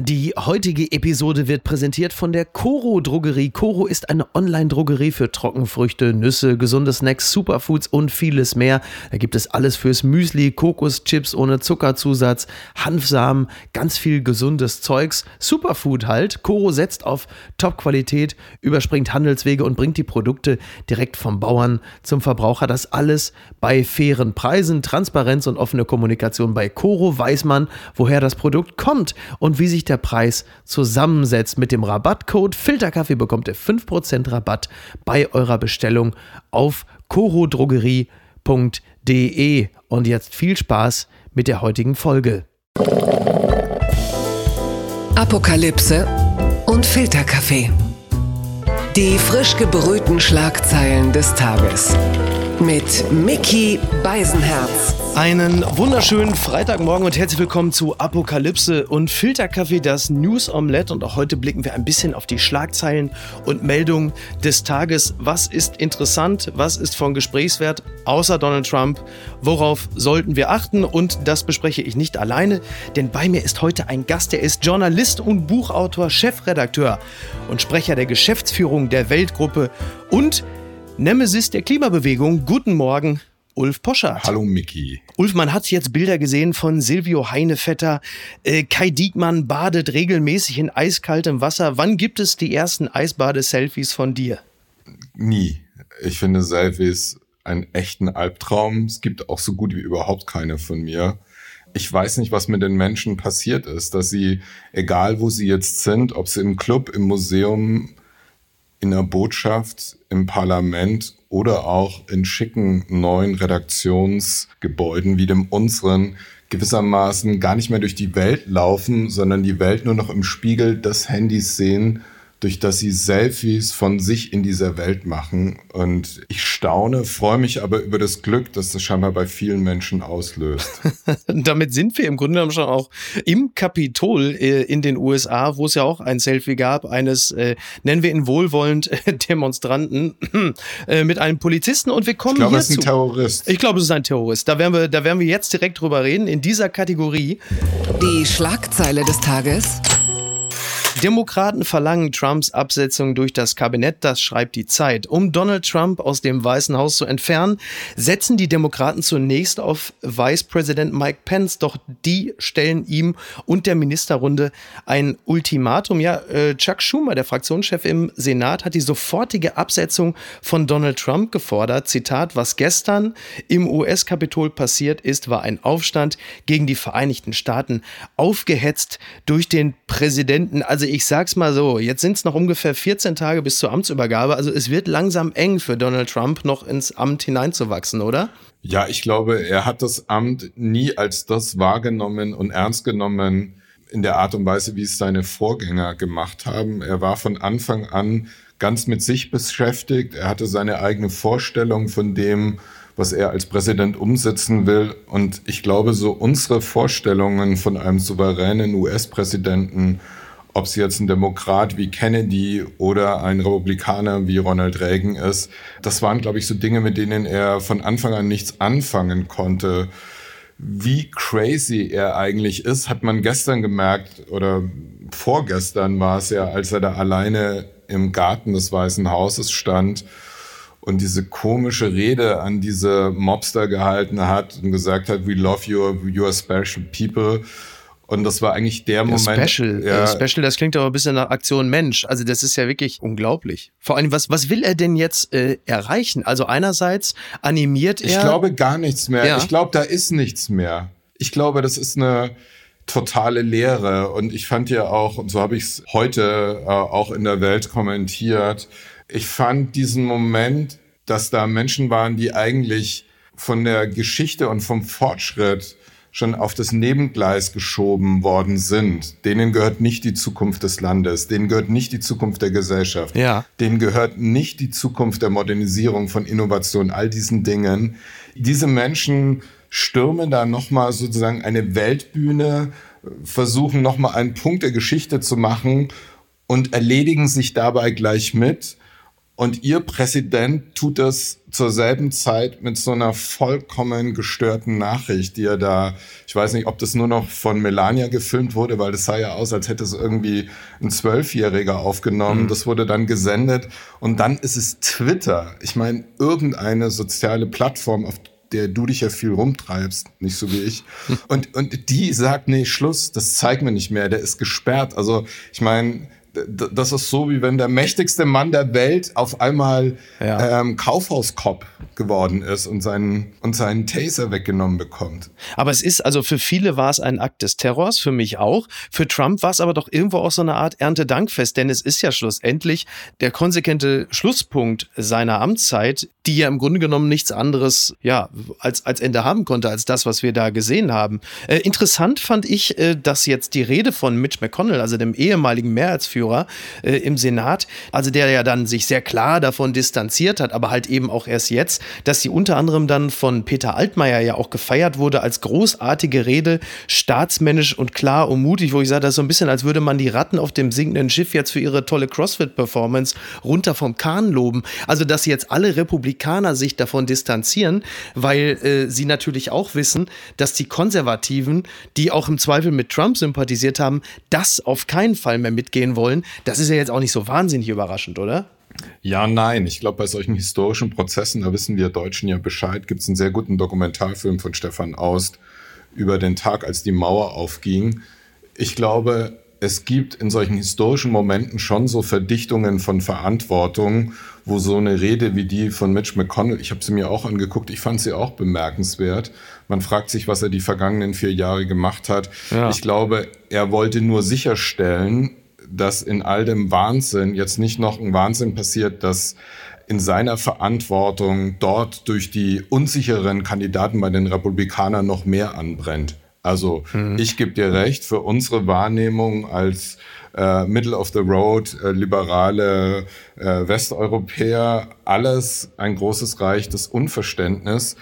Die heutige Episode wird präsentiert von der Coro Drogerie. Coro ist eine Online-Drogerie für Trockenfrüchte, Nüsse, gesunde Snacks, Superfoods und vieles mehr. Da gibt es alles fürs Müsli, Kokoschips ohne Zuckerzusatz, Hanfsamen, ganz viel gesundes Zeugs. Superfood halt. Coro setzt auf Top-Qualität, überspringt Handelswege und bringt die Produkte direkt vom Bauern zum Verbraucher. Das alles bei fairen Preisen, Transparenz und offene Kommunikation. Bei Coro weiß man, woher das Produkt kommt und wie sich der Preis zusammensetzt. Mit dem Rabattcode Filterkaffee bekommt ihr 5% Rabatt bei eurer Bestellung auf corodrogerie.de. Und jetzt viel Spaß mit der heutigen Folge. Apokalypse und Filterkaffee. Die frisch gebrühten Schlagzeilen des Tages. Mit Micky Beisenherz. Einen wunderschönen Freitagmorgen und herzlich willkommen zu Apokalypse und Filterkaffee, das News Omelette. Und auch heute blicken wir ein bisschen auf die Schlagzeilen und Meldungen des Tages. Was ist interessant? Was ist von Gesprächswert? Außer Donald Trump. Worauf sollten wir achten? Und das bespreche ich nicht alleine, denn bei mir ist heute ein Gast, der ist Journalist und Buchautor, Chefredakteur und Sprecher der Geschäftsführung der Weltgruppe und Nemesis der Klimabewegung. Guten Morgen, Ulf Poschardt. Hallo Micky. Ulf, man hat jetzt Bilder gesehen von Silvio Heinevetter. Kai Diekmann badet regelmäßig in eiskaltem Wasser. Wann gibt es die ersten Eisbade-Selfies von dir? Nie. Ich finde Selfies einen echten Albtraum. Es gibt auch so gut wie überhaupt keine von mir. Ich weiß nicht, was mit den Menschen passiert ist, dass sie, egal wo sie jetzt sind, ob sie im Club, im Museum, in der Botschaft, im Parlament oder auch in schicken neuen Redaktionsgebäuden wie dem unseren gewissermaßen gar nicht mehr durch die Welt laufen, sondern die Welt nur noch im Spiegel des Handys sehen, durch das sie Selfies von sich in dieser Welt machen. Und ich staune, freue mich aber über das Glück, das das scheinbar bei vielen Menschen auslöst. Damit sind wir im Grunde genommen schon auch im Kapitol in den USA, wo es ja auch ein Selfie gab, eines, nennen wir ihn wohlwollend, Demonstranten mit einem Polizisten. Und wir kommen hierzu. Ich glaube, es ist ein Terrorist. Ich glaube, es ist ein Terrorist. Da werden wir jetzt direkt drüber reden, in dieser Kategorie. Die Schlagzeile des Tages. Demokraten verlangen Trumps Absetzung durch das Kabinett, das schreibt die Zeit. Um Donald Trump aus dem Weißen Haus zu entfernen, setzen die Demokraten zunächst auf Vice-Präsident Mike Pence. Doch die stellen ihm und der Ministerrunde ein Ultimatum. Ja, Chuck Schumer, der Fraktionschef im Senat, hat die sofortige Absetzung von Donald Trump gefordert. Zitat: Was gestern im US-Kapitol passiert ist, war ein Aufstand gegen die Vereinigten Staaten, aufgehetzt durch den Präsidenten. Also ich sag's mal so, jetzt sind es noch ungefähr 14 Tage bis zur Amtsübergabe. Also es wird langsam eng für Donald Trump, noch ins Amt hineinzuwachsen, oder? Ja, ich glaube, er hat das Amt nie als das wahrgenommen und ernst genommen in der Art und Weise, wie es seine Vorgänger gemacht haben. Er war von Anfang an ganz mit sich beschäftigt. Er hatte seine eigene Vorstellung von dem, was er als Präsident umsetzen will. Und ich glaube, so unsere Vorstellungen von einem souveränen US-Präsidenten, ob es jetzt ein Demokrat wie Kennedy oder ein Republikaner wie Ronald Reagan ist, das waren, glaube ich, so Dinge, mit denen er von Anfang an nichts anfangen konnte. Wie crazy er eigentlich ist, hat man gestern gemerkt, oder vorgestern war es ja, als er da alleine im Garten des Weißen Hauses stand und diese komische Rede an diese Mobster gehalten hat und gesagt hat, we love you, you are special people. Und das war eigentlich der Moment. Special, das klingt aber ein bisschen nach Aktion Mensch. Also das ist ja wirklich unglaublich. Vor allem, was will er denn jetzt erreichen? Also einerseits animiert er... Ich glaube gar nichts mehr. Ja. Ich glaube, da ist nichts mehr. Ich glaube, das ist eine totale Leere. Und ich fand ja auch, und so habe ich es heute auch in der Welt kommentiert, ich fand diesen Moment, dass da Menschen waren, die eigentlich von der Geschichte und vom Fortschritt schon auf das Nebengleis geschoben worden sind. Denen gehört nicht die Zukunft des Landes, denen gehört nicht die Zukunft der Gesellschaft, ja. Denen gehört nicht die Zukunft der Modernisierung, von Innovation, all diesen Dingen. Diese Menschen stürmen da nochmal sozusagen eine Weltbühne, versuchen nochmal einen Punkt der Geschichte zu machen und erledigen sich dabei gleich mit. Und ihr Präsident tut das zur selben Zeit mit so einer vollkommen gestörten Nachricht, die er da, ich weiß nicht, ob das nur noch von Melania gefilmt wurde, weil das sah ja aus, als hätte es irgendwie ein 12-Jähriger aufgenommen. Das wurde dann gesendet und dann ist es Twitter. Ich meine, irgendeine soziale Plattform, auf der du dich ja viel rumtreibst, nicht so wie ich. Und die sagt, nee, Schluss, das zeigen wir nicht mehr, der ist gesperrt. Also ich meine, das ist so, wie wenn der mächtigste Mann der Welt auf einmal Kaufhauskopf geworden ist und seinen Taser weggenommen bekommt. Aber es ist, also für viele war es ein Akt des Terrors, für mich auch. Für Trump war es aber doch irgendwo auch so eine Art Erntedankfest, denn es ist ja schlussendlich der konsequente Schlusspunkt seiner Amtszeit, die ja im Grunde genommen nichts anderes als Ende haben konnte, als das, was wir da gesehen haben. Interessant fand ich, dass jetzt die Rede von Mitch McConnell, also dem ehemaligen Mehrheitsführer im Senat, also der ja dann sich sehr klar davon distanziert hat, aber halt eben auch erst jetzt, dass sie unter anderem dann von Peter Altmaier ja auch gefeiert wurde als großartige Rede, staatsmännisch und klar und mutig, wo ich sage, das ist so ein bisschen, als würde man die Ratten auf dem sinkenden Schiff jetzt für ihre tolle CrossFit-Performance runter vom Kahn loben. Also, dass jetzt alle Republikaner sich davon distanzieren, weil sie natürlich auch wissen, dass die Konservativen, die auch im Zweifel mit Trump sympathisiert haben, das auf keinen Fall mehr mitgehen wollen. Das ist ja jetzt auch nicht so wahnsinnig überraschend, oder? Ja, nein. Ich glaube, bei solchen historischen Prozessen, da wissen wir Deutschen ja Bescheid, gibt es einen sehr guten Dokumentarfilm von Stefan Aust über den Tag, als die Mauer aufging. Ich glaube, es gibt in solchen historischen Momenten schon so Verdichtungen von Verantwortung, wo so eine Rede wie die von Mitch McConnell, ich habe sie mir auch angeguckt, ich fand sie auch bemerkenswert. Man fragt sich, was er die vergangenen 4 Jahre gemacht hat. Ja. Ich glaube, er wollte nur sicherstellen, dass in all dem Wahnsinn jetzt nicht noch ein Wahnsinn passiert, dass in seiner Verantwortung dort durch die unsicheren Kandidaten bei den Republikanern noch mehr anbrennt. Also ich gebe dir recht, für unsere Wahrnehmung als Middle of the Road, liberale Westeuropäer, alles ein großes Reich des Unverständnisses.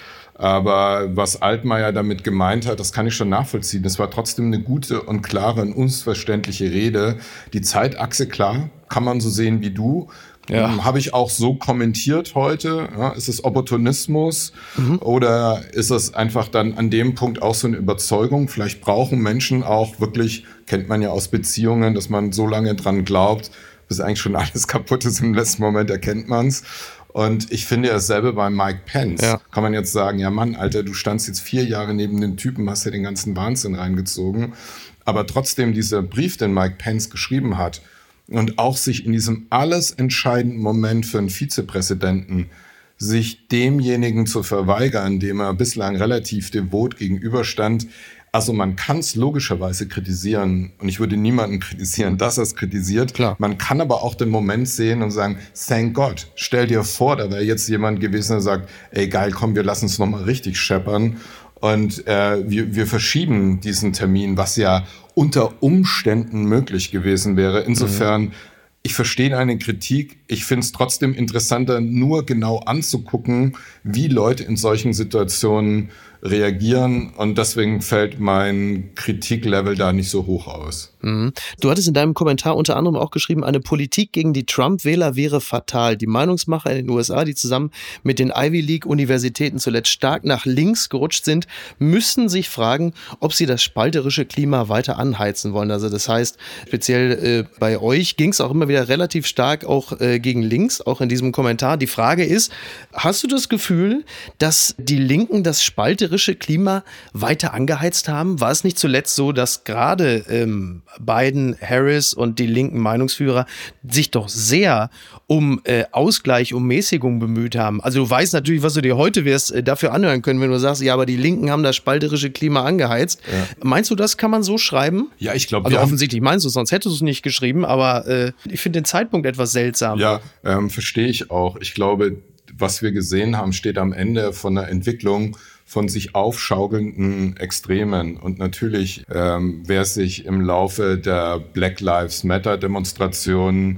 Aber was Altmaier damit gemeint hat, das kann ich schon nachvollziehen. Das war trotzdem eine gute und klare und unverständliche Rede. Die Zeitachse, klar, kann man so sehen wie du. Ja. Habe ich auch so kommentiert heute. Ja, ist es Opportunismus oder ist es einfach dann an dem Punkt auch so eine Überzeugung? Vielleicht brauchen Menschen auch wirklich, kennt man ja aus Beziehungen, dass man so lange dran glaubt, bis eigentlich schon alles kaputt ist. Im letzten Moment erkennt man es. Und ich finde dasselbe bei Mike Pence. Ja. Kann man jetzt sagen, ja Mann, Alter, du standst jetzt 4 Jahre neben dem Typen, hast ja den ganzen Wahnsinn reingezogen. Aber trotzdem dieser Brief, den Mike Pence geschrieben hat und auch sich in diesem alles entscheidenden Moment für einen Vizepräsidenten sich demjenigen zu verweigern, dem er bislang relativ devot gegenüberstand. Also man kann es logischerweise kritisieren und ich würde niemanden kritisieren, dass er es kritisiert. Klar. Man kann aber auch den Moment sehen und sagen, thank God, stell dir vor, da wäre jetzt jemand gewesen, der sagt, ey geil, komm, wir lassen es nochmal richtig scheppern und wir verschieben diesen Termin, was ja unter Umständen möglich gewesen wäre. Insofern, ich verstehe deine Kritik. Ich finde es trotzdem interessanter, nur genau anzugucken, wie Leute in solchen Situationen reagieren und deswegen fällt mein Kritiklevel da nicht so hoch aus. Du hattest in deinem Kommentar unter anderem auch geschrieben, eine Politik gegen die Trump-Wähler wäre fatal. Die Meinungsmacher in den USA, die zusammen mit den Ivy League-Universitäten zuletzt stark nach links gerutscht sind, müssen sich fragen, ob sie das spalterische Klima weiter anheizen wollen. Also das heißt, speziell bei euch ging es auch immer wieder relativ stark auch gegen links, auch in diesem Kommentar. Die Frage ist, hast du das Gefühl, dass die Linken das spalterische Klima weiter angeheizt haben? War es nicht zuletzt so, dass gerade Biden, Harris und die linken Meinungsführer sich doch sehr um Ausgleich, um Mäßigung bemüht haben? Also du weißt natürlich, was du dir heute wirst dafür anhören können, wenn du sagst, ja, aber die Linken haben das spalterische Klima angeheizt. Ja. Meinst du, das kann man so schreiben? Ja, ich glaube. Also offensichtlich meinst du es, sonst hättest du es nicht geschrieben, aber ich finde den Zeitpunkt etwas seltsam. Ja, verstehe ich auch. Ich glaube, was wir gesehen haben, steht am Ende von der Entwicklung von sich aufschaukelnden Extremen. Und natürlich, wer sich im Laufe der Black Lives Matter Demonstrationen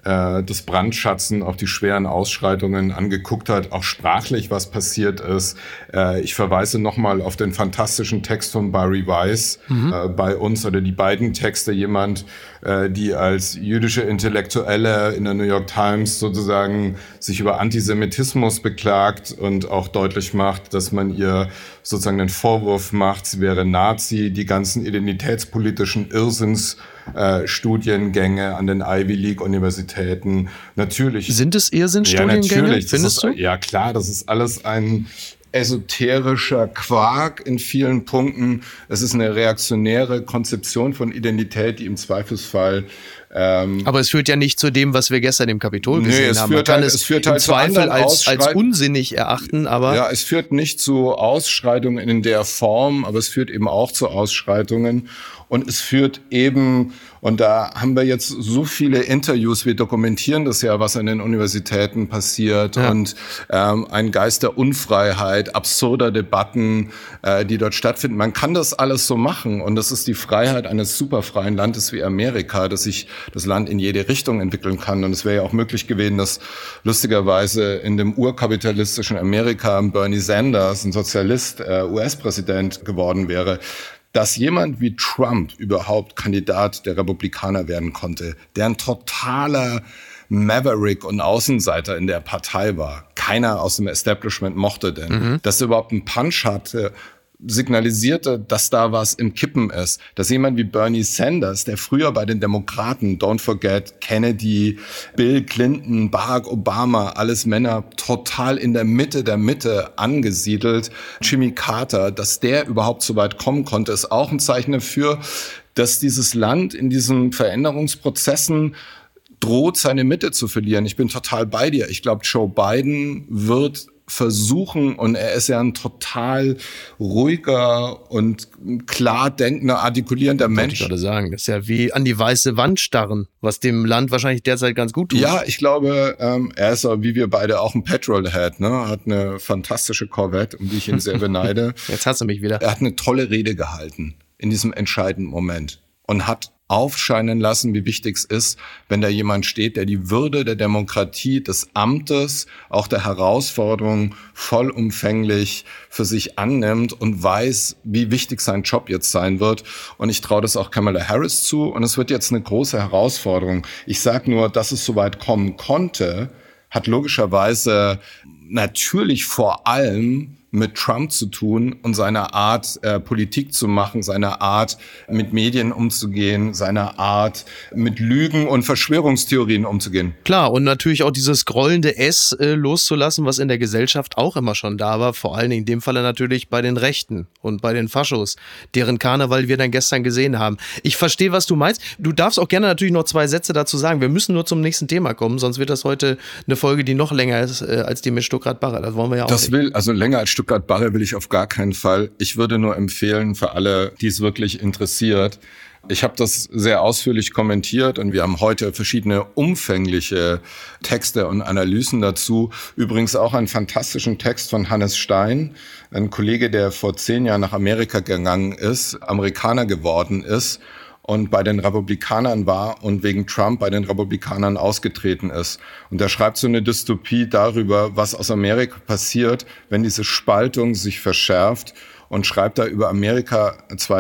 das Brandschatzen, auch die schweren Ausschreitungen angeguckt hat, auch sprachlich, was passiert ist. Ich verweise nochmal auf den fantastischen Text von Bari Weiss bei uns, oder die beiden Texte, jemand, die als jüdische Intellektuelle in der New York Times sozusagen sich über Antisemitismus beklagt und auch deutlich macht, dass man ihr sozusagen den Vorwurf macht, sie wäre Nazi, die ganzen identitätspolitischen Irrsinnsstudiengänge an den Ivy League Universitäten. Natürlich. Sind es Irrsinnsstudiengänge, ja, natürlich. findest du? Ja, klar, das ist alles ein esoterischer Quark in vielen Punkten. Es ist eine reaktionäre Konzeption von Identität, die im Zweifelsfall aber es führt ja nicht zu dem, was wir gestern im Kapitol gesehen haben. Man kann es führt im Zweifel als unsinnig erachten, aber... Ja, es führt nicht zu Ausschreitungen in der Form, aber es führt eben auch zu Ausschreitungen. Und es führt eben, und da haben wir jetzt so viele Interviews, wir dokumentieren das ja, was an den Universitäten passiert, und ein Geist der Unfreiheit, absurder Debatten, die dort stattfinden. Man kann das alles so machen, und das ist die Freiheit eines superfreien Landes wie Amerika, dass sich das Land in jede Richtung entwickeln kann. Und es wäre ja auch möglich gewesen, dass lustigerweise in dem urkapitalistischen Amerika Bernie Sanders, ein Sozialist, US-Präsident geworden wäre. Dass jemand wie Trump überhaupt Kandidat der Republikaner werden konnte, der ein totaler Maverick und Außenseiter in der Partei war. Keiner aus dem Establishment mochte den. Dass er überhaupt einen Punch hatte, signalisierte, dass da was im Kippen ist. Dass jemand wie Bernie Sanders, der früher bei den Demokraten, don't forget, Kennedy, Bill Clinton, Barack Obama, alles Männer total in der Mitte angesiedelt, Jimmy Carter, dass der überhaupt so weit kommen konnte, ist auch ein Zeichen dafür, dass dieses Land in diesen Veränderungsprozessen droht, seine Mitte zu verlieren. Ich bin total bei dir. Ich glaube, Joe Biden wird versuchen, und er ist ja ein total ruhiger und klar denkender, artikulierender Mensch. Ich würde sagen, das ist ja wie an die weiße Wand starren, was dem Land wahrscheinlich derzeit ganz gut tut. Ja, ich glaube, er ist auch, wie wir beide, auch ein Petrolhead, ne? Hat eine fantastische Corvette, um die ich ihn sehr beneide. Jetzt hast du mich wieder. Er hat eine tolle Rede gehalten in diesem entscheidenden Moment und hat aufscheinen lassen, wie wichtig es ist, wenn da jemand steht, der die Würde der Demokratie, des Amtes, auch der Herausforderung vollumfänglich für sich annimmt und weiß, wie wichtig sein Job jetzt sein wird. Und ich traue das auch Kamala Harris zu. Und es wird jetzt eine große Herausforderung. Ich sage nur, dass es so weit kommen konnte, hat logischerweise natürlich vor allem mit Trump zu tun und seiner Art, Politik zu machen, seiner Art, mit Medien umzugehen, seiner Art, mit Lügen und Verschwörungstheorien umzugehen. Klar, und natürlich auch dieses grollende S loszulassen, was in der Gesellschaft auch immer schon da war, vor allen Dingen in dem Falle natürlich bei den Rechten und bei den Faschos, deren Karneval wir dann gestern gesehen haben. Ich verstehe, was du meinst. Du darfst auch gerne natürlich noch 2 Sätze dazu sagen. Wir müssen nur zum nächsten Thema kommen, sonst wird das heute eine Folge, die noch länger ist als die mit Stuttgart-Barre. Das wollen wir ja auch nicht. Also länger als Stuttgart-Barre will ich auf gar keinen Fall. Ich würde nur empfehlen für alle, die es wirklich interessiert. Ich habe das sehr ausführlich kommentiert und wir haben heute verschiedene umfängliche Texte und Analysen dazu. Übrigens auch einen fantastischen Text von Hannes Stein, ein Kollege, der vor 10 Jahren nach Amerika gegangen ist, Amerikaner geworden ist und bei den Republikanern war und wegen Trump bei den Republikanern ausgetreten ist. Und er schreibt so eine Dystopie darüber, was aus Amerika passiert, wenn diese Spaltung sich verschärft, und schreibt da über Amerika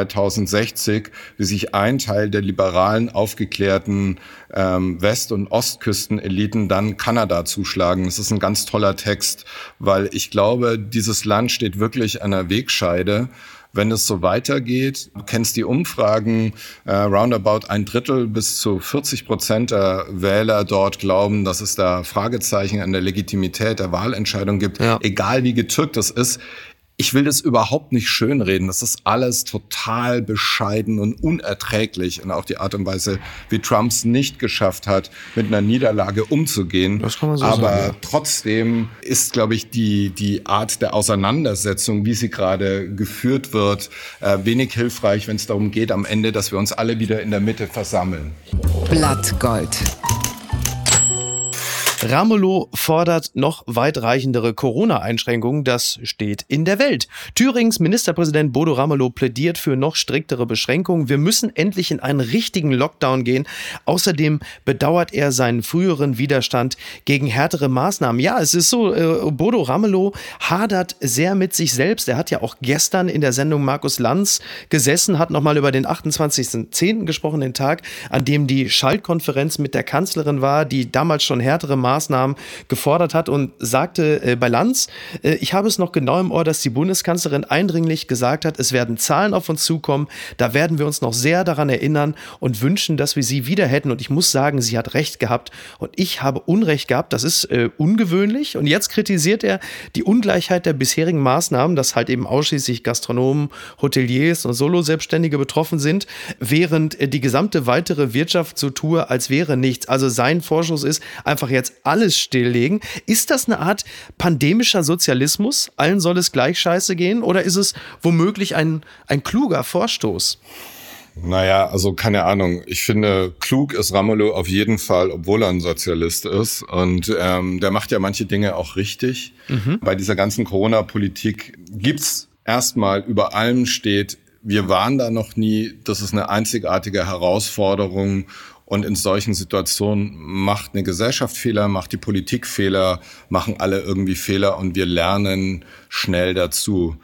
2060, wie sich ein Teil der liberalen, aufgeklärten West- und Ostküsteneliten dann Kanada zuschlagen. Das ist ein ganz toller Text, weil ich glaube, dieses Land steht wirklich an einer Wegscheide. Wenn es so weitergeht, du kennst die Umfragen, roundabout 1/3 bis zu 40% der Wähler dort glauben, dass es da Fragezeichen an der Legitimität der Wahlentscheidung gibt, egal wie getürkt das ist. Ich will das überhaupt nicht schönreden. Das ist alles total bescheiden und unerträglich. Und auch die Art und Weise, wie Trump es nicht geschafft hat, mit einer Niederlage umzugehen. Das kann man so sagen. Aber trotzdem ist, glaube ich, die Art der Auseinandersetzung, wie sie gerade geführt wird, wenig hilfreich, wenn es darum geht, am Ende, dass wir uns alle wieder in der Mitte versammeln. Blattgold. Ramelow fordert noch weitreichendere Corona-Einschränkungen, das steht in der Welt. Thürings Ministerpräsident Bodo Ramelow plädiert für noch striktere Beschränkungen. Wir müssen endlich in einen richtigen Lockdown gehen. Außerdem bedauert er seinen früheren Widerstand gegen härtere Maßnahmen. Ja, es ist so, Bodo Ramelow hadert sehr mit sich selbst. Er hat ja auch gestern in der Sendung Markus Lanz gesessen, hat nochmal über den 28.10. gesprochen, den Tag, an dem die Schaltkonferenz mit der Kanzlerin war, die damals schon härtere Maßnahmen gefordert hat und sagte bei Lanz, ich habe es noch genau im Ohr, dass die Bundeskanzlerin eindringlich gesagt hat, es werden Zahlen auf uns zukommen, da werden wir uns noch sehr daran erinnern und wünschen, dass wir sie wieder hätten. Und ich muss sagen, sie hat recht gehabt und ich habe Unrecht gehabt. Das ist ungewöhnlich. Und jetzt kritisiert er die Ungleichheit der bisherigen Maßnahmen, dass halt eben ausschließlich Gastronomen, Hoteliers und Solo-Selbstständige betroffen sind, während die gesamte weitere Wirtschaft so tue, als wäre nichts. Also sein Vorschuss ist, einfach jetzt alles stilllegen. Ist das eine Art pandemischer Sozialismus? Allen soll es gleich scheiße gehen? Oder ist es womöglich ein kluger Vorstoß? Naja, also keine Ahnung. Ich finde, klug ist Ramelow auf jeden Fall, obwohl er ein Sozialist ist. Und der macht ja manche Dinge auch richtig. Bei dieser ganzen Corona-Politik gibt's erstmal über allem steht, wir waren da noch nie, das ist eine einzigartige Herausforderung. Und in solchen Situationen macht eine Gesellschaft Fehler, macht die Politik Fehler, machen alle irgendwie Fehler und wir lernen schnell dazu.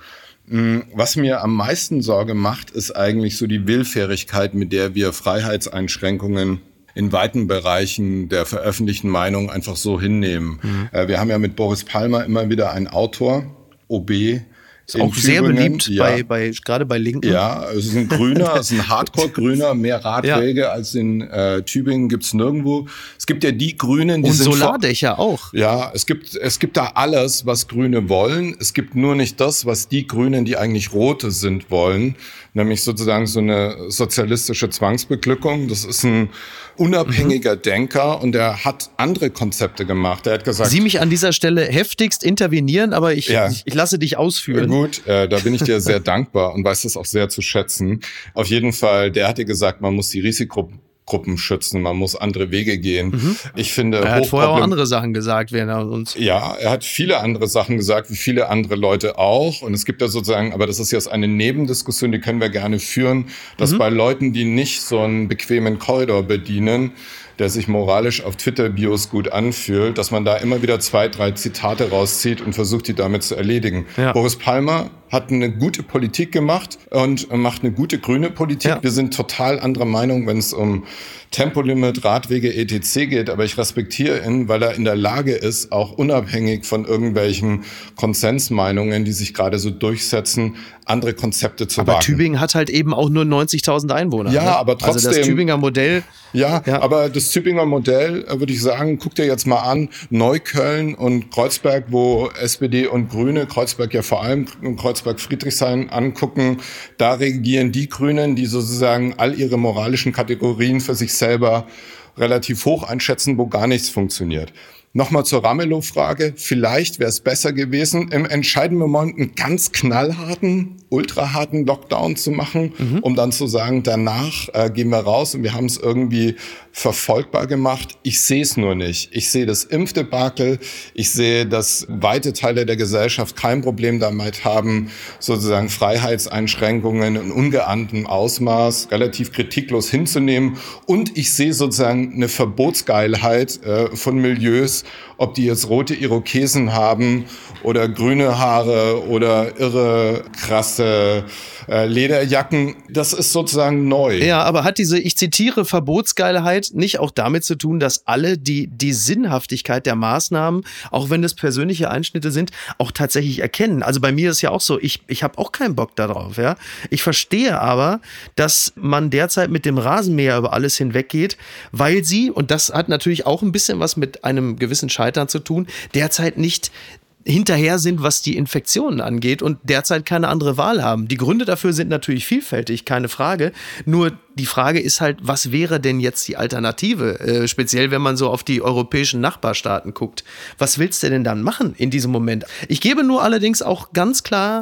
Was mir am meisten Sorge macht, ist eigentlich so die Willfährigkeit, mit der wir Freiheitseinschränkungen in weiten Bereichen der veröffentlichten Meinung einfach so hinnehmen. Wir haben ja mit Boris Palmer immer wieder einen Autor, OB, ist auch sehr beliebt, ja. Gerade bei Linken. Ja, es ist ein Grüner, es ist ein Hardcore-Grüner, mehr Radwege als in Tübingen gibt's nirgendwo. Es gibt ja die Grünen, die und sind Solardächer auch. Ja, es gibt da alles, was Grüne wollen. Es gibt nur nicht das, was die Grünen, die eigentlich Rote sind, wollen. Nämlich sozusagen so eine sozialistische Zwangsbeglückung. Das ist ein unabhängiger Denker und der hat andere Konzepte gemacht. Er hat gesagt, Sie mich an dieser Stelle heftigst intervenieren, aber ich lasse dich ausführen. Gut, da bin ich dir sehr dankbar und weiß das auch sehr zu schätzen. Auf jeden Fall, der hat dir gesagt, man muss die Risikogruppen schützen, man muss andere Wege gehen. Ich finde, er hat vorher auch andere Sachen gesagt, wenn er uns. Ja, er hat viele andere Sachen gesagt, wie viele andere Leute auch. Und es gibt da sozusagen, aber das ist jetzt eine Nebendiskussion, die können wir gerne führen, dass bei Leuten, die nicht so einen bequemen Korridor bedienen, der sich moralisch auf Twitter-Bios gut anfühlt, dass man da immer wieder 2, 3 Zitate rauszieht und versucht, die damit zu erledigen. Ja. Boris Palmer hat eine gute Politik gemacht und macht eine gute grüne Politik. Ja. Wir sind total anderer Meinung, wenn es um Tempolimit, Radwege, etc. geht, aber ich respektiere ihn, weil er in der Lage ist, auch unabhängig von irgendwelchen Konsensmeinungen, die sich gerade so durchsetzen, andere Konzepte zu wagen. Aber Tübingen hat halt eben auch nur 90.000 Einwohner. Ja, ne? aber trotzdem. Also das Tübinger Modell. Ja, aber das Tübinger Modell, würde ich sagen, guck dir jetzt mal an, Neukölln und Kreuzberg, wo SPD und Grüne, Kreuzberg ja vor allem, Kreuzberg-Friedrichshain angucken, da regieren die Grünen, die sozusagen all ihre moralischen Kategorien für sich selber relativ hoch einschätzen, wo gar nichts funktioniert. Nochmal zur Ramelow-Frage. Vielleicht wäre es besser gewesen, im entscheidenden Moment einen ganz knallharten, ultraharten Lockdown zu machen, um dann zu sagen, danach gehen wir raus und wir haben es irgendwie verfolgbar gemacht. Ich sehe es nur nicht. Ich sehe das Impfdebakel. Ich sehe, dass weite Teile der Gesellschaft kein Problem damit haben, sozusagen Freiheitseinschränkungen in ungeahntem Ausmaß relativ kritiklos hinzunehmen. Und ich sehe sozusagen eine Verbotsgeilheit von Milieus, ob die jetzt rote Irokesen haben oder grüne Haare oder irre, krasse Lederjacken. Das ist sozusagen neu. Ja, aber hat diese, ich zitiere, Verbotsgeilheit nicht auch damit zu tun, dass alle die Sinnhaftigkeit der Maßnahmen, auch wenn es persönliche Einschnitte sind, auch tatsächlich erkennen? Also bei mir ist ja auch so, ich habe auch keinen Bock darauf. Ja? Ich verstehe aber, dass man derzeit mit dem Rasenmäher über alles hinweggeht, weil sie, und das hat natürlich auch ein bisschen was mit einem gewissen Scheitern zu tun, derzeit nicht hinterher sind, was die Infektionen angeht und derzeit keine andere Wahl haben. Die Gründe dafür sind natürlich vielfältig, keine Frage. Nur die Frage ist halt, was wäre denn jetzt die Alternative? Speziell, wenn man so auf die europäischen Nachbarstaaten guckt. Was willst du denn dann machen in diesem Moment? Ich gebe nur allerdings auch ganz klar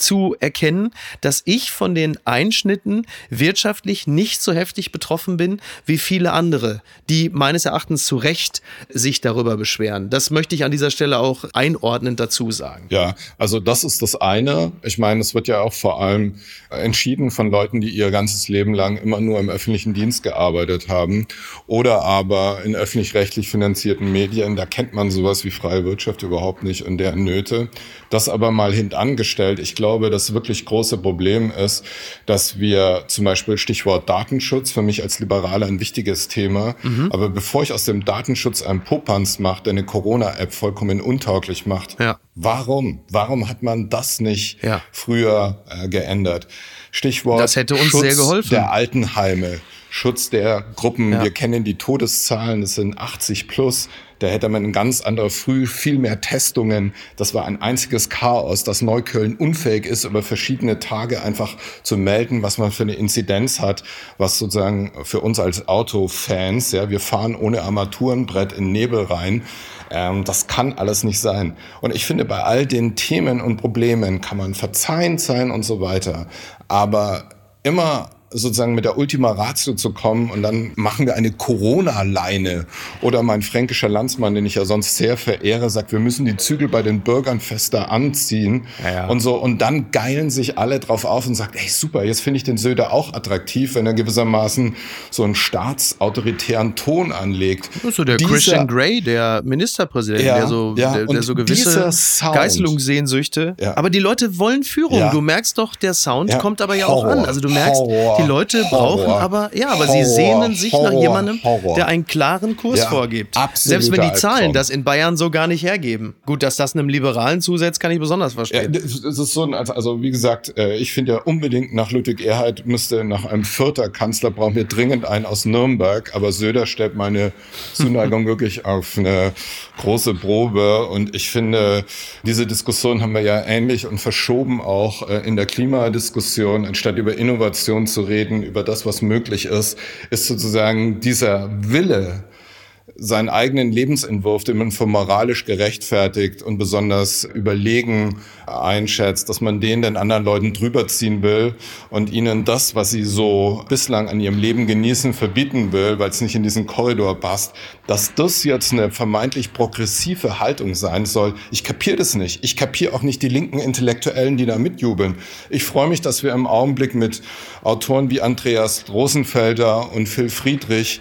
zu erkennen, dass ich von den Einschnitten wirtschaftlich nicht so heftig betroffen bin wie viele andere, die meines Erachtens zu Recht sich darüber beschweren. Das möchte ich an dieser Stelle auch einordnend dazu sagen. Ja, also das ist das eine. Ich meine, es wird ja auch vor allem entschieden von Leuten, die ihr ganzes Leben lang immer nur im öffentlichen Dienst gearbeitet haben oder aber in öffentlich-rechtlich finanzierten Medien. Da kennt man sowas wie freie Wirtschaft überhaupt nicht und deren Nöte. Das aber mal hintangestellt. Ich glaube, das wirklich große Problem ist, dass wir zum Beispiel Stichwort Datenschutz, für mich als Liberaler ein wichtiges Thema, aber bevor ich aus dem Datenschutz einen Popanz mache, der eine Corona-App vollkommen untauglich macht, warum? Warum hat man das nicht früher geändert? Stichwort das hätte uns Schutz sehr geholfen. Der Altenheime, Schutz der Gruppen. Wir kennen die Todeszahlen, das sind 80 plus. Da hätte man ganz andere viel mehr Testungen. Das war ein einziges Chaos, dass Neukölln unfähig ist, über verschiedene Tage einfach zu melden, was man für eine Inzidenz hat, was sozusagen für uns als Autofans, wir fahren ohne Armaturenbrett in Nebel rein. Das kann alles nicht sein. Und ich finde, bei all den Themen und Problemen kann man verzeihend sein und so weiter. Aber immer sozusagen mit der Ultima Ratio zu kommen und dann machen wir eine Corona-Leine. Oder mein fränkischer Landsmann, den ich ja sonst sehr verehre, sagt, wir müssen die Zügel bei den Bürgern fester anziehen und so. Und dann geilen sich alle drauf auf und sagt, ey super, jetzt finde ich den Söder auch attraktiv, wenn er gewissermaßen so einen staatsautoritären Ton anlegt. Das ist so der Christian Grey, der Ministerpräsident, der so gewisse Geißelungssehnsüchte. Aber die Leute wollen Führung. Du merkst doch, der Sound kommt aber ja auch an. Also du merkst, die Leute brauchen aber sie sehnen sich nach jemandem, der einen klaren Kurs vorgibt. Selbst wenn die Zahlen das in Bayern so gar nicht hergeben. Gut, dass das einem Liberalen zusetzt, kann ich besonders verstehen. Das ist so, also wie gesagt, ich finde ja unbedingt nach Ludwig Erhard müsste nach einem vierter Kanzler brauchen wir dringend einen aus Nürnberg, aber Söder stellt meine Zuneigung wirklich auf eine große Probe und ich finde, diese Diskussion haben wir ja ähnlich und verschoben auch in der Klimadiskussion, anstatt über Innovation zu reden, über das, was möglich ist sozusagen dieser Wille, seinen eigenen Lebensentwurf, den man für moralisch gerechtfertigt und besonders überlegen einschätzt, dass man den anderen Leuten drüber ziehen will und ihnen das, was sie so bislang an ihrem Leben genießen, verbieten will, weil es nicht in diesen Korridor passt, dass das jetzt eine vermeintlich progressive Haltung sein soll. Ich kapiere das nicht. Ich kapiere auch nicht die linken Intellektuellen, die da mitjubeln. Ich freue mich, dass wir im Augenblick mit Autoren wie Andreas Rosenfelder und Phil Friedrich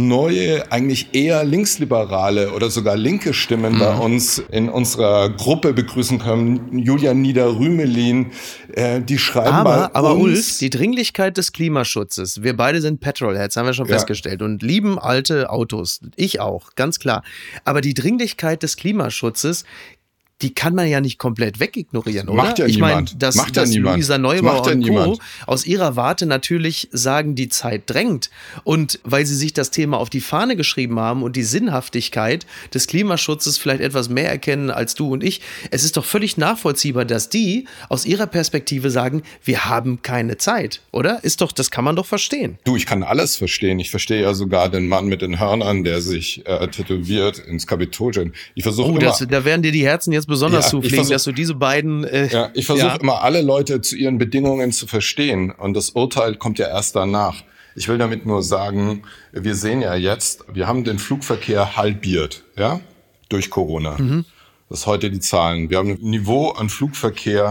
neue, eigentlich eher linksliberale oder sogar linke Stimmen bei uns in unserer Gruppe begrüßen können. Julian Nieder-Rümelin, die schreiben aber Ulf, die Dringlichkeit des Klimaschutzes. Wir beide sind Petrolheads, haben wir schon festgestellt und lieben alte Autos. Ich auch, ganz klar. Aber die Dringlichkeit des Klimaschutzes, die kann man ja nicht komplett wegignorieren, oder? Macht ja niemand. Ich meine, dass Luisa Neubauer und Co. aus ihrer Warte natürlich sagen, die Zeit drängt. Und weil sie sich das Thema auf die Fahne geschrieben haben und die Sinnhaftigkeit des Klimaschutzes vielleicht etwas mehr erkennen als du und ich, es ist doch völlig nachvollziehbar, dass die aus ihrer Perspektive sagen, wir haben keine Zeit, oder? Das kann man doch verstehen. Du, ich kann alles verstehen. Ich verstehe ja sogar den Mann mit den Hörnern, der sich tätowiert ins Kapitol. Ich versuche da werden dir die Herzen jetzt besonders zufliegen, dass du diese beiden... ich versuche immer, alle Leute zu ihren Bedingungen zu verstehen. Und das Urteil kommt ja erst danach. Ich will damit nur sagen, wir sehen ja jetzt, wir haben den Flugverkehr halbiert, durch Corona. Das ist heute die Zahlen. Wir haben ein Niveau an Flugverkehr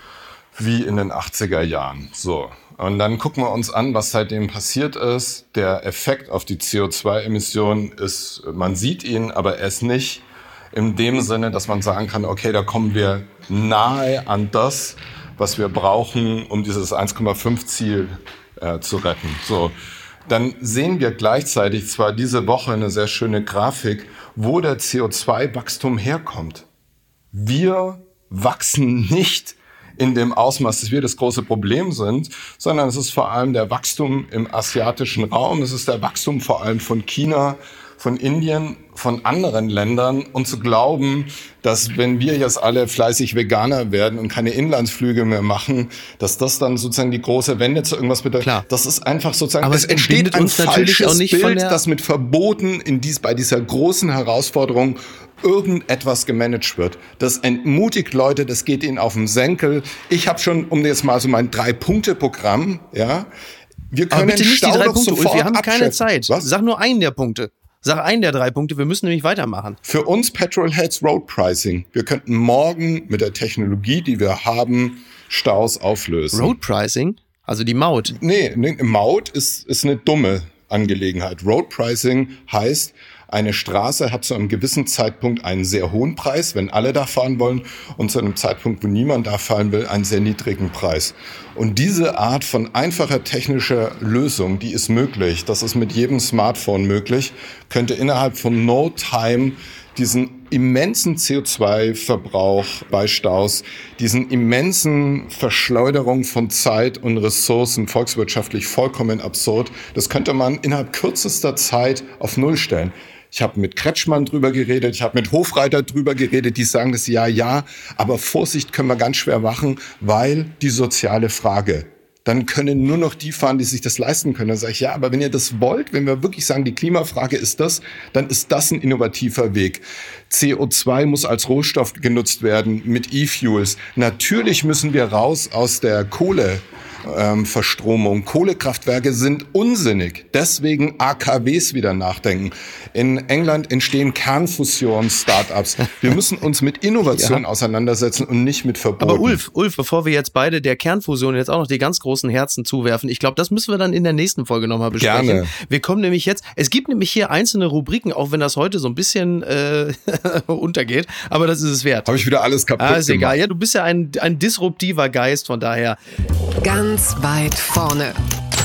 wie in den 80er Jahren. So. Und dann gucken wir uns an, was seitdem passiert ist. Der Effekt auf die CO2-Emissionen ist, man sieht ihn, aber er ist nicht in dem Sinne, dass man sagen kann, okay, da kommen wir nahe an das, was wir brauchen, um dieses 1,5 Ziel zu retten. So, dann sehen wir gleichzeitig zwar diese Woche eine sehr schöne Grafik, wo der CO2-Wachstum herkommt. Wir wachsen nicht in dem Ausmaß, dass wir das große Problem sind, sondern es ist vor allem der Wachstum im asiatischen Raum, es ist der Wachstum vor allem von China, von Indien, von anderen Ländern und zu glauben, dass wenn wir jetzt alle fleißig Veganer werden und keine Inlandsflüge mehr machen, dass das dann sozusagen die große Wende zu irgendwas bedeutet. Klar. Das ist einfach sozusagen, aber es entsteht ein falsches auch nicht Bild, das mit Verboten bei dieser großen Herausforderung irgendetwas gemanagt wird. Das entmutigt Leute, das geht ihnen auf den Senkel. Ich habe schon, um jetzt mal so mein 3-Punkte-Programm, ja. Wir können aber bitte nicht die 3 Punkte, Ulf, wir haben keine Zeit. Was? Sag nur einen der Punkte. Sag einen der 3 Punkte, wir müssen nämlich weitermachen. Für uns Petrolheads Road Pricing. Wir könnten morgen mit der Technologie, die wir haben, Staus auflösen. Road Pricing? Also die Maut? Nee, Maut ist eine dumme Angelegenheit. Road Pricing heißt, eine Straße hat zu einem gewissen Zeitpunkt einen sehr hohen Preis, wenn alle da fahren wollen, und zu einem Zeitpunkt, wo niemand da fahren will, einen sehr niedrigen Preis. Und diese Art von einfacher technischer Lösung, die ist möglich, das ist mit jedem Smartphone möglich, könnte innerhalb von no time diesen immensen CO2-Verbrauch bei Staus, diesen immensen Verschleuderung von Zeit und Ressourcen, volkswirtschaftlich vollkommen absurd, das könnte man innerhalb kürzester Zeit auf Null stellen. Ich habe mit Kretschmann drüber geredet, ich habe mit Hofreiter drüber geredet, die sagen das ja, aber Vorsicht können wir ganz schwer machen, weil die soziale Frage. Dann können nur noch die fahren, die sich das leisten können. Dann sage ich, ja, aber wenn ihr das wollt, wenn wir wirklich sagen, die Klimafrage ist das, dann ist das ein innovativer Weg. CO2 muss als Rohstoff genutzt werden mit E-Fuels. Natürlich müssen wir raus aus der Kohleverstromung. Kohlekraftwerke sind unsinnig. Deswegen AKWs wieder nachdenken. In England entstehen Kernfusions-Startups. Wir müssen uns mit Innovation auseinandersetzen und nicht mit Verboten. Aber Ulf, bevor wir jetzt beide der Kernfusion jetzt auch noch die ganz großen Herzen zuwerfen, ich glaube, das müssen wir dann in der nächsten Folge nochmal besprechen. Gerne. Wir kommen nämlich jetzt, es gibt nämlich hier einzelne Rubriken, auch wenn das heute so ein bisschen untergeht, aber das ist es wert. Habe ich wieder alles kaputt gemacht. Ist egal. Ja, du bist ja ein disruptiver Geist, von daher. Ganz weit vorne.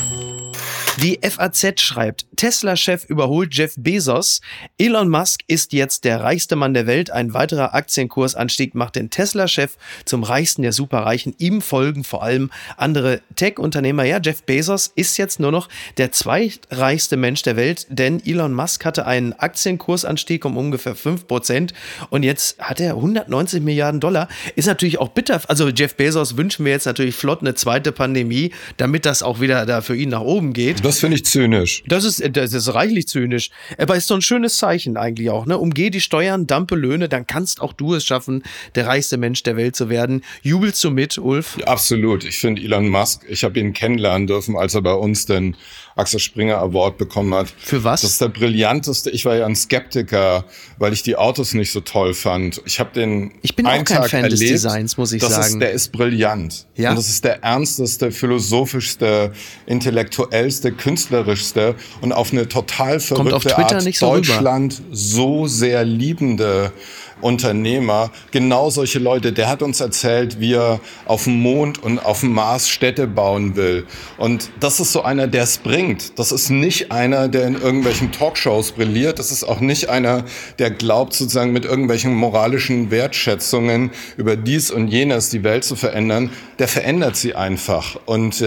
Die FAZ schreibt, Tesla-Chef überholt Jeff Bezos. Elon Musk ist jetzt der reichste Mann der Welt. Ein weiterer Aktienkursanstieg macht den Tesla-Chef zum reichsten der Superreichen. Ihm folgen vor allem andere Tech-Unternehmer. Ja, Jeff Bezos ist jetzt nur noch der zweitreichste Mensch der Welt, denn Elon Musk hatte einen Aktienkursanstieg um ungefähr 5% und jetzt hat er 190 Milliarden $. Ist natürlich auch bitter. Also Jeff Bezos wünschen wir jetzt natürlich flott eine zweite Pandemie, damit das auch wieder da für ihn nach oben geht. Das finde ich zynisch. Das ist reichlich zynisch. Aber ist so ein schönes Zeichen eigentlich auch, ne? Umgeh die Steuern, dumpe Löhne, dann kannst auch du es schaffen, der reichste Mensch der Welt zu werden. Jubelst du mit, Ulf? Ja, absolut. Ich finde Elon Musk, ich habe ihn kennenlernen dürfen, als er bei uns den Axel Springer Award bekommen hat. Für was? Das ist der brillanteste. Ich war ja ein Skeptiker, weil ich die Autos nicht so toll fand. Ich bin auch kein Fan des Designs, muss ich sagen. Der ist brillant. Ja? Und das ist der ernsteste, philosophischste, intellektuellste, künstlerischste und auf eine total verrückte Art nicht so Deutschland so sehr liebende Unternehmer, genau solche Leute. Der hat uns erzählt, wie er auf dem Mond und auf dem Mars Städte bauen will. Und das ist so einer, der es bringt. Das ist nicht einer, der in irgendwelchen Talkshows brilliert. Das ist auch nicht einer, der glaubt, sozusagen mit irgendwelchen moralischen Wertschätzungen über dies und jenes die Welt zu verändern. Der verändert sie einfach. Und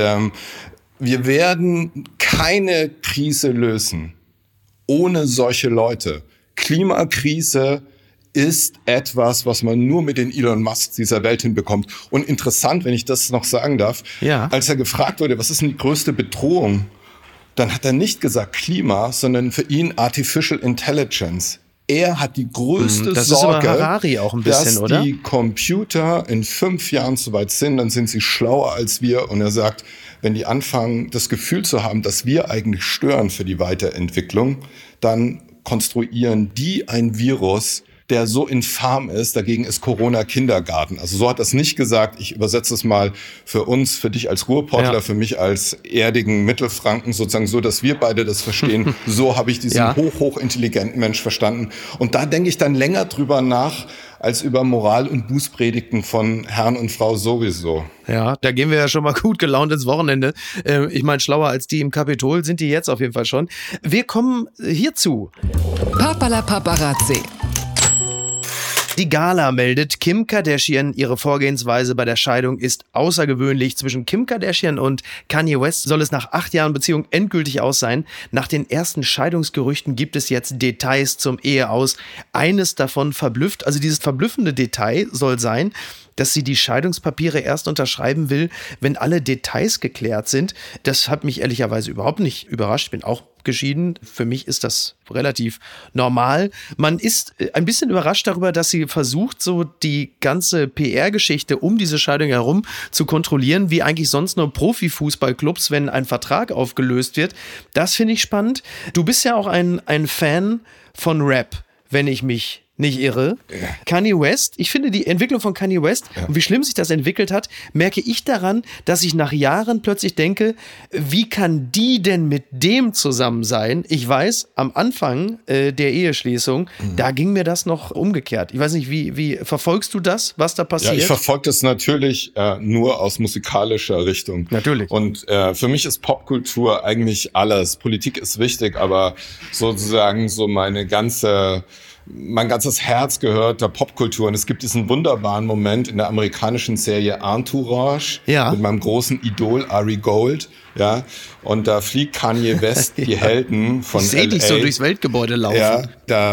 wir werden keine Krise lösen ohne solche Leute. Klimakrise ist etwas, was man nur mit den Elon Musks dieser Welt hinbekommt. Und interessant, wenn ich das noch sagen darf, als er gefragt wurde, was ist denn die größte Bedrohung, dann hat er nicht gesagt Klima, sondern für ihn Artificial Intelligence. Er hat die größte das Sorge, ist aber Harari auch ein bisschen, dass oder? die Computer in 5 Jahren so weit sind, dann sind sie schlauer als wir. Und er sagt, wenn die anfangen, das Gefühl zu haben, dass wir eigentlich stören für die Weiterentwicklung, dann konstruieren die ein Virus, der so infam ist, dagegen ist Corona Kindergarten. Also so hat er es nicht gesagt. Ich übersetze es mal für uns, für dich als Ruhrpottler, für mich als erdigen Mittelfranken, sozusagen so, dass wir beide das verstehen. So habe ich diesen hochintelligenten Mensch verstanden. Und da denke ich dann länger drüber nach, als über Moral- und Bußpredigten von Herrn und Frau sowieso. Ja, da gehen wir ja schon mal gut gelaunt ins Wochenende. Ich meine, schlauer als die im Kapitol sind die jetzt auf jeden Fall schon. Wir kommen hierzu. Papala Paparazzi. Die Gala meldet, Kim Kardashian, ihre Vorgehensweise bei der Scheidung ist außergewöhnlich. Zwischen Kim Kardashian und Kanye West soll es nach 8 Jahren Beziehung endgültig aus sein. Nach den ersten Scheidungsgerüchten gibt es jetzt Details zum Eheaus. Eines davon verblüfft, also dieses verblüffende Detail soll sein, dass sie die Scheidungspapiere erst unterschreiben will, wenn alle Details geklärt sind. Das hat mich ehrlicherweise überhaupt nicht überrascht. Ich bin auch geschieden. Für mich ist das relativ normal. Man ist ein bisschen überrascht darüber, dass sie versucht, so die ganze PR-Geschichte um diese Scheidung herum zu kontrollieren, wie eigentlich sonst nur Profifußballclubs, wenn ein Vertrag aufgelöst wird. Das finde ich spannend. Du bist ja auch ein Fan von Rap, wenn ich mich nicht irre. Ja. Kanye West, ich finde die Entwicklung von Kanye West und wie schlimm sich das entwickelt hat, merke ich daran, dass ich nach Jahren plötzlich denke, wie kann die denn mit dem zusammen sein? Ich weiß, am Anfang der Eheschließung, da ging mir das noch umgekehrt. Ich weiß nicht, wie verfolgst du das, was da passiert? Ja, ich verfolge das natürlich nur aus musikalischer Richtung. Natürlich. Und für mich ist Popkultur eigentlich alles. Politik ist wichtig, aber sozusagen so mein ganzes Herz gehört der Popkultur. Und es gibt diesen wunderbaren Moment in der amerikanischen Serie Entourage mit meinem großen Idol Ari Gold. Ja, und da fliegt Kanye West die Helden von LA. Ich sehe dich so durchs Weltgebäude laufen. Ja,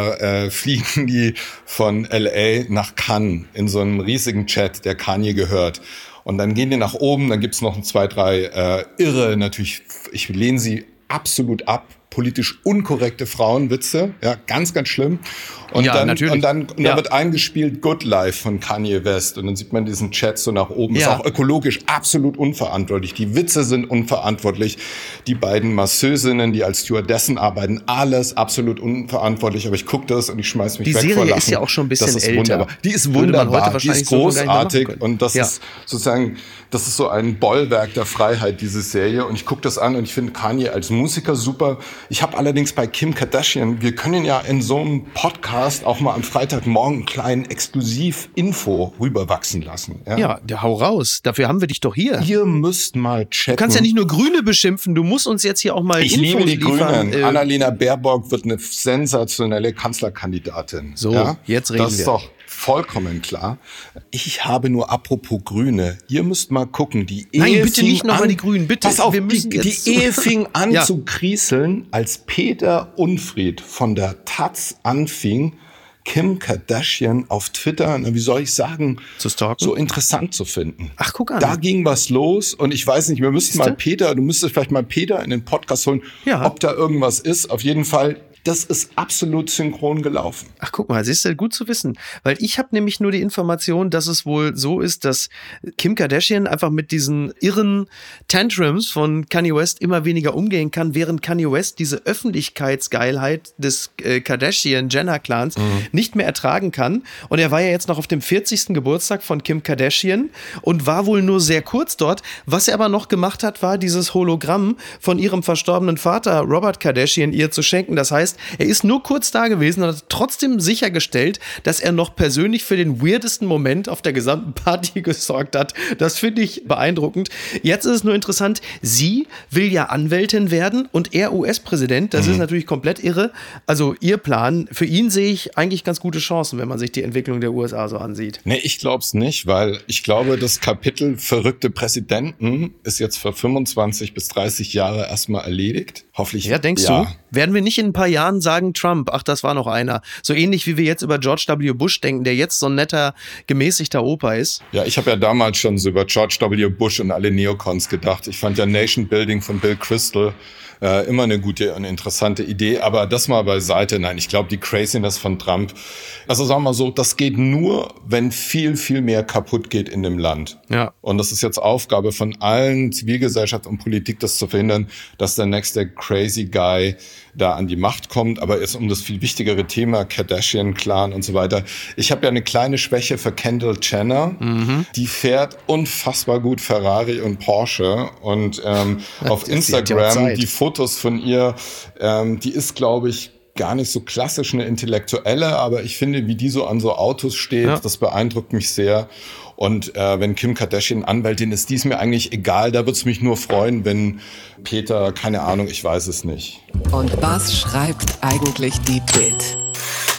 da fliegen die von LA nach Cannes in so einem riesigen Jet, der Kanye gehört. Und dann gehen die nach oben, dann gibt's noch 2, 3 irre, natürlich, ich lehne sie absolut ab, politisch unkorrekte Frauenwitze, ja, ganz, ganz schlimm. Und dann wird eingespielt Good Life von Kanye West und dann sieht man diesen Chat so nach oben. Ist auch ökologisch absolut unverantwortlich. Die Witze sind unverantwortlich. Die beiden Masseusinnen, die als Stewardessen arbeiten, alles absolut unverantwortlich. Aber ich gucke das und ich schmeiß mich weg vor Lachen. Die Serie ist ja auch schon ein bisschen älter. Wunderbar. Die ist wunderbar, die ist großartig und das ist sozusagen, das ist so ein Bollwerk der Freiheit, diese Serie. Und ich gucke das an und ich finde Kanye als Musiker super. Ich habe allerdings bei Kim Kardashian, wir können ja in so einem Podcast auch mal am Freitagmorgen einen kleinen Exklusiv-Info rüberwachsen lassen. Ja, hau raus. Dafür haben wir dich doch hier. Ihr müsst mal checken. Du kannst ja nicht nur Grüne beschimpfen, du musst uns jetzt hier auch mal Infos liefern. Ich liebe die Grünen. Annalena Annalena Baerbock wird eine sensationelle Kanzlerkandidatin. So, jetzt reden wir. Das ist doch vollkommen klar. Ich habe nur apropos Grüne. Ihr müsst mal gucken. Die Ehe Nein, bitte nicht nochmal die Grünen. Bitte. Pass auf, die Ehe fing an zu krieseln, als Peter Unfried von der Taz anfing, Kim Kardashian auf Twitter, wie soll ich sagen, zu stalken? So interessant zu finden. Ach, guck an. Da ging was los und ich weiß nicht, wir müssten mal du müsstest vielleicht mal Peter in den Podcast holen, ob da irgendwas ist. Auf jeden Fall, das ist absolut synchron gelaufen. Ach, guck mal, siehst du, gut zu wissen. Weil ich habe nämlich nur die Information, dass es wohl so ist, dass Kim Kardashian einfach mit diesen irren Tantrums von Kanye West immer weniger umgehen kann, während Kanye West diese Öffentlichkeitsgeilheit des Kardashian-Jenner-Clans nicht mehr ertragen kann. Und er war ja jetzt noch auf dem 40. Geburtstag von Kim Kardashian und war wohl nur sehr kurz dort. Was er aber noch gemacht hat, war dieses Hologramm von ihrem verstorbenen Vater Robert Kardashian ihr zu schenken. Das heißt, er ist nur kurz da gewesen und hat trotzdem sichergestellt, dass er noch persönlich für den weirdesten Moment auf der gesamten Party gesorgt hat. Das finde ich beeindruckend. Jetzt ist es nur interessant, sie will ja Anwältin werden und er US-Präsident. Das ist natürlich komplett irre. Also ihr Plan, für ihn sehe ich eigentlich ganz gute Chancen, wenn man sich die Entwicklung der USA so ansieht. Nee, ich glaube es nicht, weil ich glaube, das Kapitel verrückte Präsidenten ist jetzt für 25 bis 30 Jahre erstmal erledigt. Hoffentlich. Ja, denkst du? Werden wir nicht in ein paar Jahren sagen, Trump, ach, das war noch einer. So ähnlich wie wir jetzt über George W. Bush denken, der jetzt so ein netter, gemäßigter Opa ist. Ja, ich habe ja damals schon so über George W. Bush und alle Neocons gedacht. Ich fand ja Nation Building von Bill Kristol immer eine gute und interessante Idee, aber das mal beiseite. Nein, ich glaube, die Craziness von Trump, also sagen wir mal so, das geht nur, wenn viel, viel mehr kaputt geht in dem Land. Ja. Und das ist jetzt Aufgabe von allen Zivilgesellschaft und Politik, das zu verhindern, dass der nächste Crazy Guy da an die Macht kommt. Aber jetzt um das viel wichtigere Thema, Kardashian-Clan und so weiter. Ich habe ja eine kleine Schwäche für Kendall Jenner. Die fährt unfassbar gut Ferrari und Porsche. Und auf Instagram, die Fotos von ihr, die ist, glaube ich, gar nicht so klassisch eine Intellektuelle, aber ich finde, wie die so an so Autos steht, das beeindruckt mich sehr. Und wenn Kim Kardashian Anwältin ist, die ist mir eigentlich egal. Da würde es mich nur freuen, wenn Peter, keine Ahnung, ich weiß es nicht. Und was schreibt eigentlich die Bild?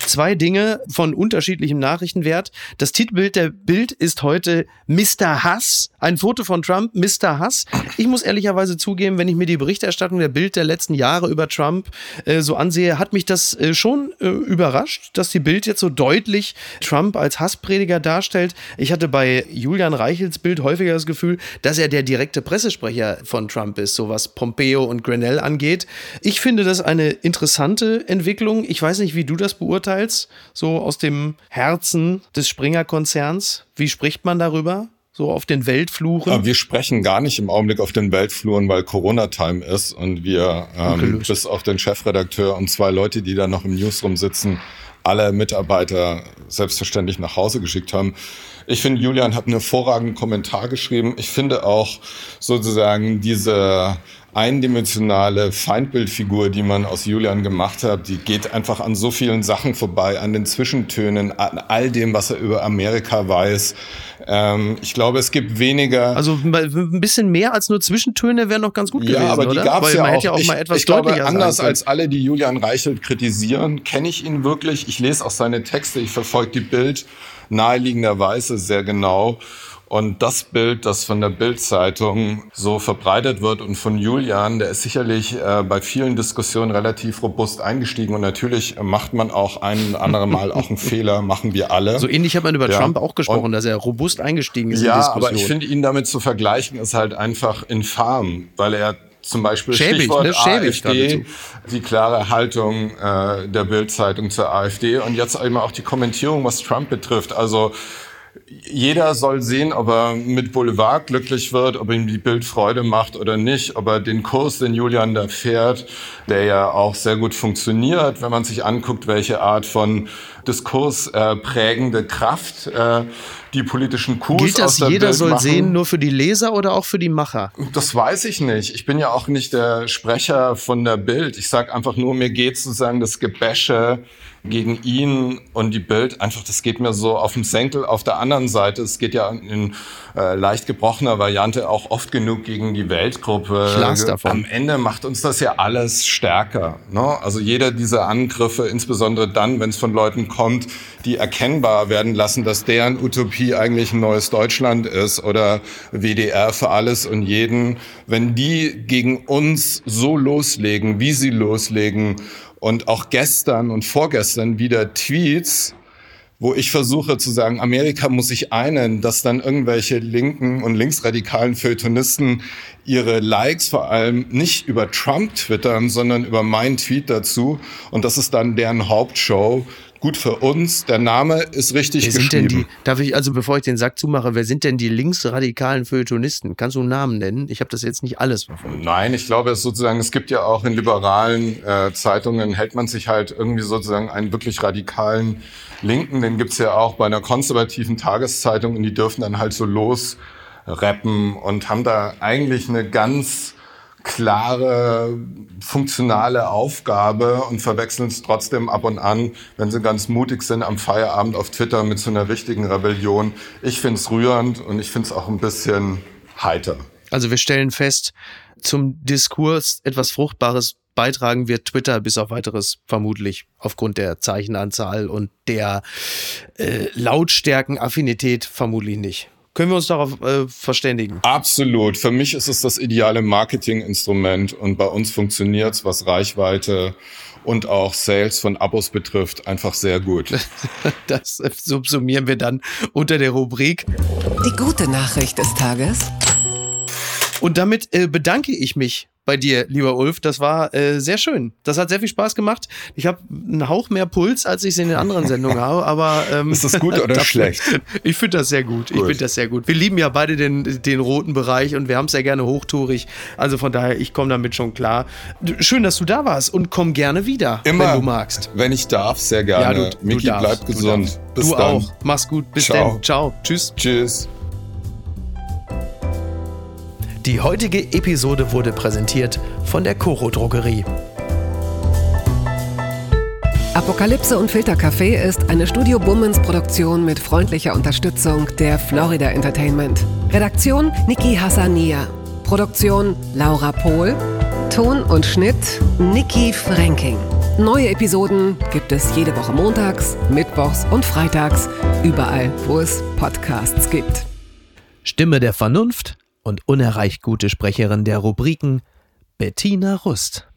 2 Dinge von unterschiedlichem Nachrichtenwert. Das Titelbild der Bild ist heute Mr. Hass. Ein Foto von Trump, Mr. Hass. Ich muss ehrlicherweise zugeben, wenn ich mir die Berichterstattung der Bild der letzten Jahre über Trump so ansehe, hat mich das schon überrascht, dass die Bild jetzt so deutlich Trump als Hassprediger darstellt. Ich hatte bei Julian Reichels Bild häufiger das Gefühl, dass er der direkte Pressesprecher von Trump ist, so was Pompeo und Grenell angeht. Ich finde das eine interessante Entwicklung. Ich weiß nicht, wie du das beurteilst, so aus dem Herzen des Springer-Konzerns. Wie spricht man darüber? So auf den Weltfluren? Aber wir sprechen gar nicht im Augenblick auf den Weltfluren, weil Corona-Time ist und wir bis auf den Chefredakteur und 2 Leute, die da noch im Newsroom sitzen, alle Mitarbeiter selbstverständlich nach Hause geschickt haben. Ich finde, Julian hat einen hervorragenden Kommentar geschrieben. Ich finde auch sozusagen diese eindimensionale Feindbildfigur, die man aus Julian gemacht hat, die geht einfach an so vielen Sachen vorbei, an den Zwischentönen, an all dem, was er über Amerika weiß. Ich glaube, es gibt weniger... Also ein bisschen mehr als nur Zwischentöne wäre noch ganz gut gewesen, ja, aber die gab's ja man auch. Hätte ja auch mal etwas ich glaube, deutlicher anders sein können. als alle, die Julian Reichelt kritisieren, kenne ich ihn wirklich. Ich lese auch seine Texte, ich verfolge die Bild naheliegenderweise sehr genau. Und das Bild, das von der Bild-Zeitung so verbreitet wird und von Julian, der ist sicherlich bei vielen Diskussionen relativ robust eingestiegen. Und natürlich macht man auch ein anderes Mal auch einen Fehler, machen wir alle. So ähnlich hat man über Trump auch gesprochen, dass er robust eingestiegen ist in Diskussionen. Ja, aber ich finde, ihn damit zu vergleichen, ist halt einfach infam, weil er zum Beispiel schäbig, Stichwort AfD, die klare Haltung der Bild-Zeitung zur AfD und jetzt eben auch die Kommentierung, was Trump betrifft. Also jeder soll sehen, ob er mit Boulevard glücklich wird, ob ihm die Bild Freude macht oder nicht, ob er den Kurs, den Julian da fährt, der ja auch sehr gut funktioniert, wenn man sich anguckt, welche Art von Diskurs prägende Kraft die politischen Coups gilt das, aus der jeder Bild soll machen. Sehen, nur für die Leser oder auch für die Macher? Das weiß ich nicht. Ich bin ja auch nicht der Sprecher von der Bild. Ich sage einfach nur, mir geht sozusagen das Gebäsche gegen ihn und die Bild einfach, das geht mir so auf den Senkel. Auf der anderen Seite, es geht ja in leicht gebrochener Variante auch oft genug gegen die Weltgruppe. Ich las davon. Am Ende macht uns das ja alles stärker. Ne? Also jeder dieser Angriffe, insbesondere dann, wenn es von Leuten kommt, die erkennbar werden lassen, dass deren Utopie eigentlich ein neues Deutschland ist oder WDR für alles und jeden. Wenn die gegen uns so loslegen, wie sie loslegen, und auch gestern und vorgestern wieder Tweets, wo ich versuche zu sagen, Amerika muss sich einen, dass dann irgendwelche linken und linksradikalen Feuilletonisten ihre Likes vor allem nicht über Trump twittern, sondern über meinen Tweet dazu. Und das ist dann deren Hauptshow. Gut für uns, der Name ist richtig geschrieben. Darf ich, also bevor ich den Sack zumache, wer sind denn die linksradikalen Feuilletonisten? Kannst du einen Namen nennen? Ich habe das jetzt nicht alles verfolgt. Nein, ich glaube, es gibt ja auch in liberalen Zeitungen, hält man sich halt irgendwie sozusagen einen wirklich radikalen Linken, den gibt's ja auch bei einer konservativen Tageszeitung und die dürfen dann halt so losrappen und haben da eigentlich eine ganz klare, funktionale Aufgabe und verwechseln es trotzdem ab und an, wenn sie ganz mutig sind, am Feierabend auf Twitter mit so einer richtigen Rebellion. Ich finde es rührend und ich finde es auch ein bisschen heiter. Also wir stellen fest, zum Diskurs etwas Fruchtbares beitragen wird Twitter bis auf weiteres vermutlich aufgrund der Zeichenanzahl und der Lautstärkenaffinität vermutlich nicht. Können wir uns darauf verständigen? Absolut. Für mich ist es das ideale Marketinginstrument und bei uns funktioniert es, was Reichweite und auch Sales von Abos betrifft, einfach sehr gut. Das subsumieren wir dann unter der Rubrik Die gute Nachricht des Tages. Und damit bedanke ich mich bei dir, lieber Ulf. Das war sehr schön. Das hat sehr viel Spaß gemacht. Ich habe einen Hauch mehr Puls, als ich es in den anderen Sendungen habe. Aber ist das gut oder schlecht? Ich finde das sehr gut. Ich finde das sehr gut. Wir lieben ja beide den roten Bereich und wir haben es ja gerne hochtourig. Also von daher, ich komme damit schon klar. Schön, dass du da warst und komm gerne wieder, immer, wenn du magst. Wenn ich darf, sehr gerne. Ja, Miki, bleib gesund. Bis dann. Du auch. Mach's gut. Bis dann. Ciao. Tschüss. Tschüss. Die heutige Episode wurde präsentiert von der Coro Drogerie. Apokalypse und Filtercafé ist eine Studio Bummens Produktion mit freundlicher Unterstützung der Florida Entertainment. Redaktion Niki Hassania. Produktion Laura Pohl. Ton und Schnitt Niki Fränking. Neue Episoden gibt es jede Woche montags, mittwochs und freitags, überall, wo es Podcasts gibt. Stimme der Vernunft und unerreicht gute Sprecherin der Rubriken Bettina Rust.